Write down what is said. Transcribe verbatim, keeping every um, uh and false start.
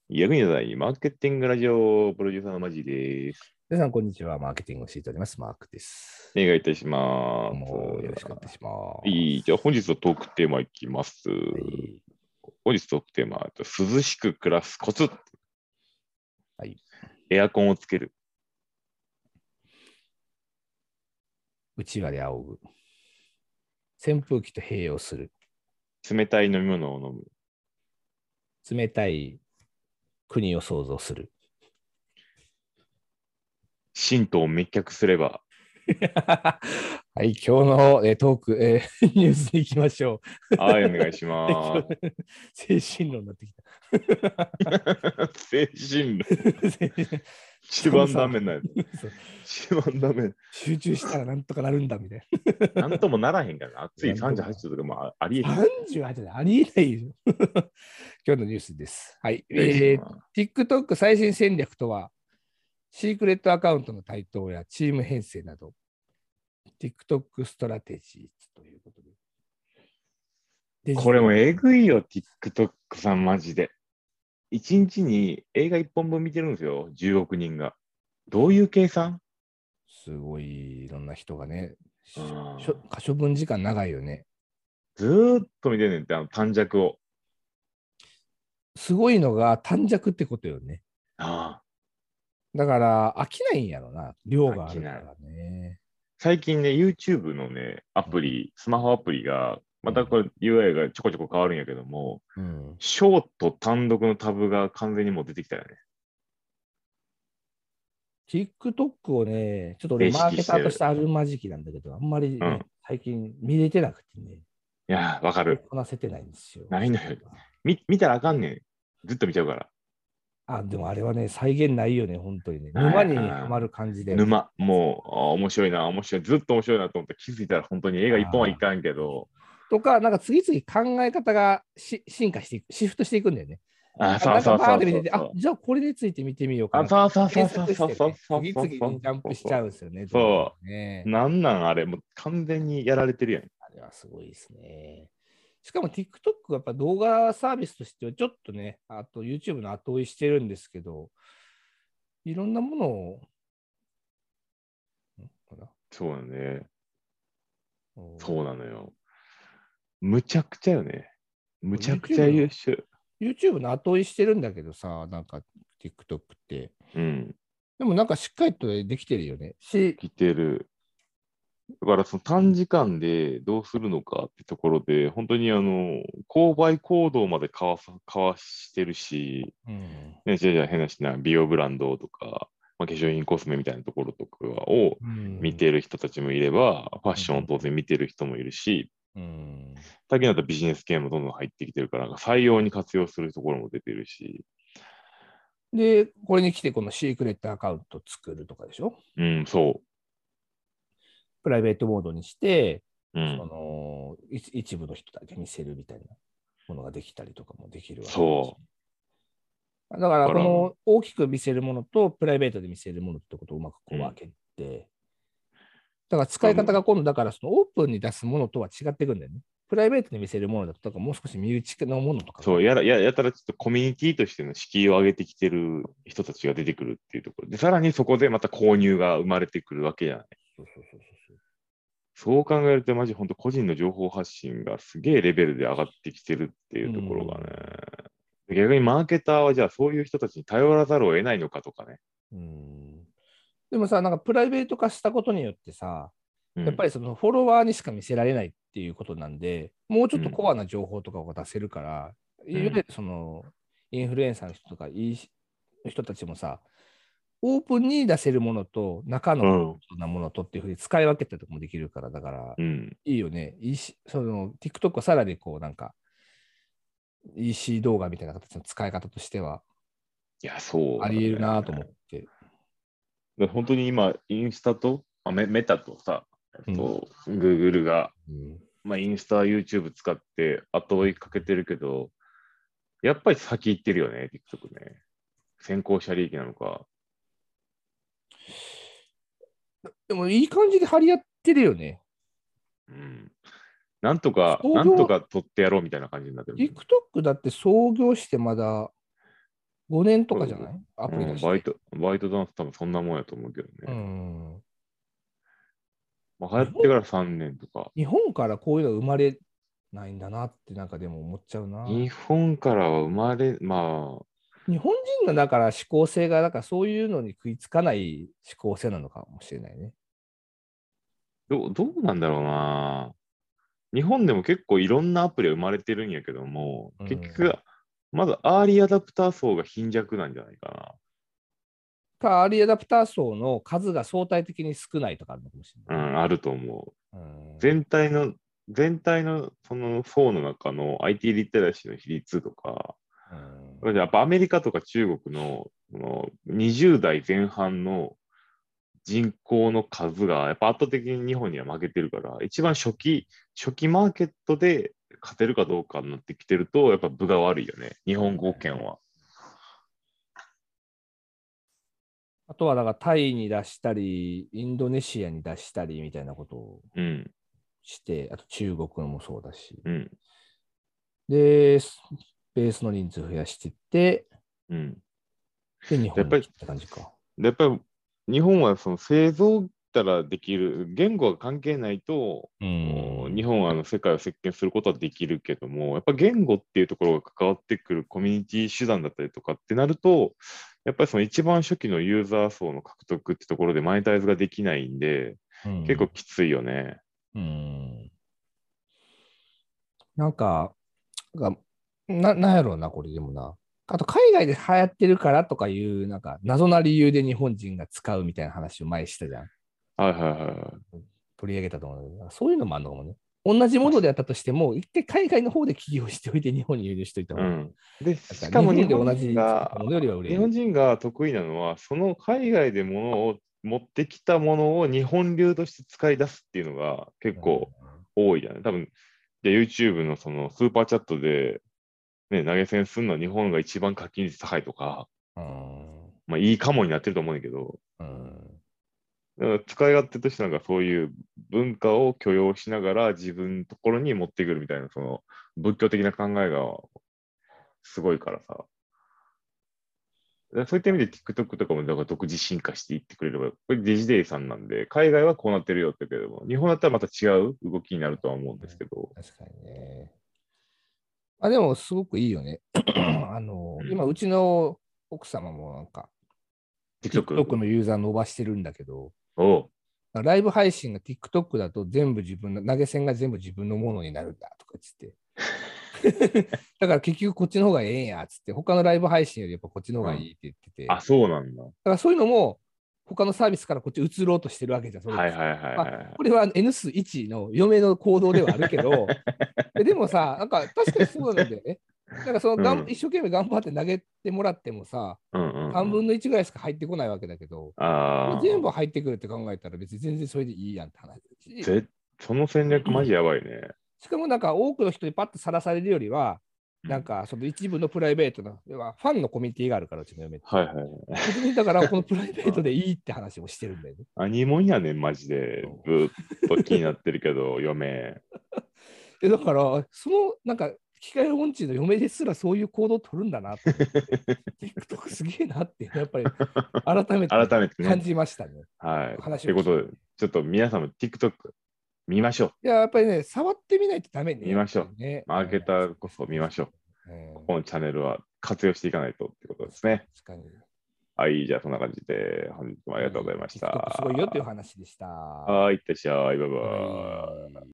役に立たないマーケティングラジオプロデューサーのマジです。 皆さん、こんにちは。マーケティングをしております。マークです。 お願いいたしまどうもよろしくお願いします。いい。じゃあす。 本日のトークテーマいきます。 はい。 本日トークテーマは涼しく暮らすコツ。 はい。 エアコンをつける。 うちわで仰ぐ。扇風機と併用する。 冷たい飲み物を飲む。 冷たい国を想像する。 神道を滅却すれば。 はい、今日の、えートーク、えーニュースに行きましょう。 はい、お願いします。 精神論になってきた。 精神論。一番ダメなやつ。一番ダメ。 集中したらなんとかなるんだみたいな。なんともならへんからな。暑いなんともさんじゅうはちどとかもありえへん。 さんじゅうはちでありえないよ。今日のニュースです。はい。 お願いしえー、 ます。 TikTok 最新戦略とは、シークレットアカウントの台頭やチーム編成など、TikTok ストラテジーということで。 これもえぐいよ、TikTok さんマジで。一日に映画一本分見てるんですよ、じゅうおく人が。どういう計算？ すごいいろんな人がね、 うん、 可処分時間長いよね。 ずーっと見てんねんって、あの短尺を。 すごいのが短尺ってことよね。 あだから飽きないんやろな、量あ、飽があきない。 るからね。 最近ね、YouTube のね、アプリ、スマホアプリが、またこれ ユーアイ がちょこちょこ変わるんやけども、 うん。 ショート単独のタブが完全にもう出てきたよね。 TikTok をね、ちょっと俺意マーケターとし識してる。 てあるまじきなんだけど、あんまりうん。 ね、最近見れてなくてね、 いやー、わかる。 こなせてないんですよ。 ないのよ。見、見たらあかんねん。ずっと見ちゃうから。 あ、でもあれはね、再現ないよね、本当にね。 はい、 沼にはあーまる感じだよね。 沼、もう、あー面白いな、面白い。ずっと面白いなと思って気づいたら本当に映画一本はいあかんけど、 とか、なんか次々考え方がし進化していく、シフトしていくんだよね。 あ、 あ、なんかそうそうそうバーって見てて、あ、 そうそう。 じゃあこれについて見てみようかあ、 なとか、 そうそうそう検そうそう索してね、 そうそう次々 そうそうにジャンプしちゃうんですよね、動画がそね。 う。なんなんあれ、もう完全にやられてるやん。 あれはすごいですね。しかも TikTok はやっぱ動画サービスとしてはちょっとね、あと YouTube の後追いしてるんですけど、いろんなものを、んかなそうだね。 おそうなのよ。むちゃくちゃよね。むちゃくち YouTube ゃ優の、 秀。 YouTube の後追いしてるんだけどさ、なんか TikTok って。 うん。 でもなんかしっかりとできてるよね。し、 来てる。だからその短時間でどうするのかってところで、本当にあの、購買行動までかわさ、かわしてるし、 うん、 ね、じゃあじゃあ変なしな美容ブランドとか、まあ、化粧品コスメみたいなところとかをうん、 見てる人たちもいれば、ファッうん、 ションを当然見てる人もいるし、 うん。 最近だとビジネス系もどんどん入ってきてるから、なんか採用に活用するところも出てるし、 で、これに来てこのシークレットアカウント作るとかでしょ。 うん、そプライベートモードにして、 う、うそん、 の一部の人だけ見せるみたいなものができたりとかもできるわけだし。 そう。 だからだから、 この大きく見せるものとプライベートで見せるものってことをうまくこうん、 う分けて、だから使いこれも、 方が今度だからそのオープンに出すものとは違っていくんだよね。プライベートで見せるものだとかもう少し身内のものとかが。 そう、やら、や、やたらちょっとコミュニティとしての敷居を上げてきてる人たちが出てくるっていうところで、さらにそこでまた購入が生まれてくるわけじゃない。 そうそうそうそうそう考えると、マジ本当個人の情報発信がすげえレベルで上がってきてるっていううところがね。 ん。 逆にマーケターはじゃあそういう人たちに頼らざるを得ないのかとかね。 うん。でもさ、なんかプライベート化したことによってさ、 うん。 やっぱりそのフォロワーにしか見せられないっていうことなんで、もうちょっとうん。 コアな情報とかを出せるから、いわゆるうん。 そのインフルエンサーの人とかいい人たちもさ、オープンに出せるものと中のクローうん。 ズなものとっていうふうに使い分けたりとかもできるから、だからうん。 いいよね。いいしその TikTok はさらにこうなんか イーシー 動画みたいな形の使い方としてはいや、そうあり得るなと思だね。 って。 で本当に今、インスタと、まあ、メ、メタとさ、えうん。 っと、Google が、 うん、 まあ、インスタ、YouTube 使って後追いかけてるけど、やっぱり先行ってるよね、TikTok ね。先行者利益なのか。 でもいい感じで張り合ってるよね。 うん。なんとか、なんと創業、 か取ってやろうみたいな感じになってるもんね。 TikTok だって創業してまだごねんとかじゃないアプリうん、 出して。 バイト、バイトダンス多分そんなもんやと思うけどうね。 ん。 まあ、 日本、 流行ってからさんねんとか。 日本からこういうの生まれないんだなってなんかでも思っちゃうな。 日本からは生まれ、まあ、 日本人のだから思考性が、だからそういうのに食いつかない思考性なのかもしれないね。 どう、どうなんだろうな。日本でも結構いろんなアプリが生まれてるんやけども、 うん。 結局、まずアーリーアダプター層が貧弱なんじゃないかか、アーリーアダプター層の数が相対的に少ないとかあるのかもしれな。 ないね。 うん、あると思う。 うん。 全体の、全体のその層の中の アイティー リテラシーの比率とか、 うん。 やっぱアメリカとか中国の、そのにじゅう代前半の人口の数がやっぱ圧倒的に日本には負けてるから、一番初期、初期マーケットで勝てるかどうかになってきてると、やっぱ分が悪いよね。日本語圏は。 あとは、だからタイに出したり、インドネシアに出したりみたいなことをうん、 して、あと中国のもそうだし。 うん、 で、ベースの人数増やしていって、 うん。 で、日やっぱり、 本に来た感じか。 やっぱり日本はその製造ったらできる、言語が関係ないと、 うん。 お日本はあの世界を席巻することはできるけども、やっぱ言語っていうところが関わってくるコミュニティ手段だったりとかってなると、やっぱりその一番初期のユーザー層の獲得ってところでマネタイズができないんで、 うん。 結構きついよね。 うん。なんか、がな、なんやろうな、これでもな。あと、海外で流行ってるからとかいう、なんか、謎な理由で日本人が使うみたいな話を前したじゃん。 はいはいはいはい。 取り上げたと思うんだけど、そういうのもあるのかもね。同じものであったとしても、一回海外の方で起業しておいて日本に輸入しておいた方が、 うん。で、 なんかしかも日日本で同本人じ作ったが、 ものよりは売れ日本る。 人が得意なのは、その海外でものを持ってきたものを日本流として使い出すっていうのが結うん。 構多いじゃない。多分、じゃあ YouTube のそのスーパーチャットで、ね、投げ銭するのは日本が一番課金率高いとか、 うん。 まあいいかもになってると思うんだけど、 うん。 だから使い勝手としてなんかそういう文化を許容しながら自分のところに持ってくるみたいな、その仏教的な考えがすごいからさ。そういった意味で TikTok とかもだから独自進化していってくれれば、これデジデイさんなんで、海外はこうなってるよって言うけども、日本だったらまた違う動きになるとは思うんですけど、 確かにね。あ、でも、すごくいいよね。あの、今、 うん、 うちの奥様もなんか、 TikTok? TikTok のユーザー伸ばしてるんだけど、 おう、 ライブ配信が TikTok だと全部自分の、投げ銭が全部自分のものになるんだとか言って。だから結局こっちの方がええんやっつって、他のライブ配信よりやっぱこっちの方うん。 がいいって言ってあ、 て、 そうなんだ。 だからそういうのも他のサービスからこっち移ろうとしてるわけじゃん、それこそ。 はいはいはいまあ、 はい。 これは エヌスいち の嫁の行動ではあるけど、でもさ、なんか確かにそうなんだよね。なんかそのがんうん、 一生懸命頑張って投げてもらってもさ、 うんうんうさんぶんん。 のいちぐらいしか入ってこないわけだけど、全部ああ、 入ってくるって考えたら別に全然それでいいやんって話だし、 ぜ、その戦略マジやばいね。 しかもなんか多くの人にパッとさらされるよりは、 うん。 なんかその一部のプライベートな、要はファンのコミュニティがあるから、うちの嫁って。 はいはいはい。 別にだからこのプライベートあ、 でいいって話をしてるんだよね。 何もんやねん、マジで。 そずっと気になってるけど、嫁。 う。だから、そのなんか機械音痴の嫁ですらそういう行動を取るんだなと思って、TikTok すげえなっていうのはやっぱり改めて改めてね。 感じましたね。 はい。 話を聞いて。 ということで、ちょっと皆さんも TikTok 見ましょいや、やっぱりね、触ってみないとダメう。 ね、やっ見ましょう。 ぱりね。 マーケターこそ見ましょう。 うん、うん、 ここのチャンネルは活用していかないとってことですね。 確かに。 はい、じゃあそんな感じで、本日もありがとうございまし TikTok すごいよというた。 話でした。ははい、いってらっしゃい。バイバイ。 い。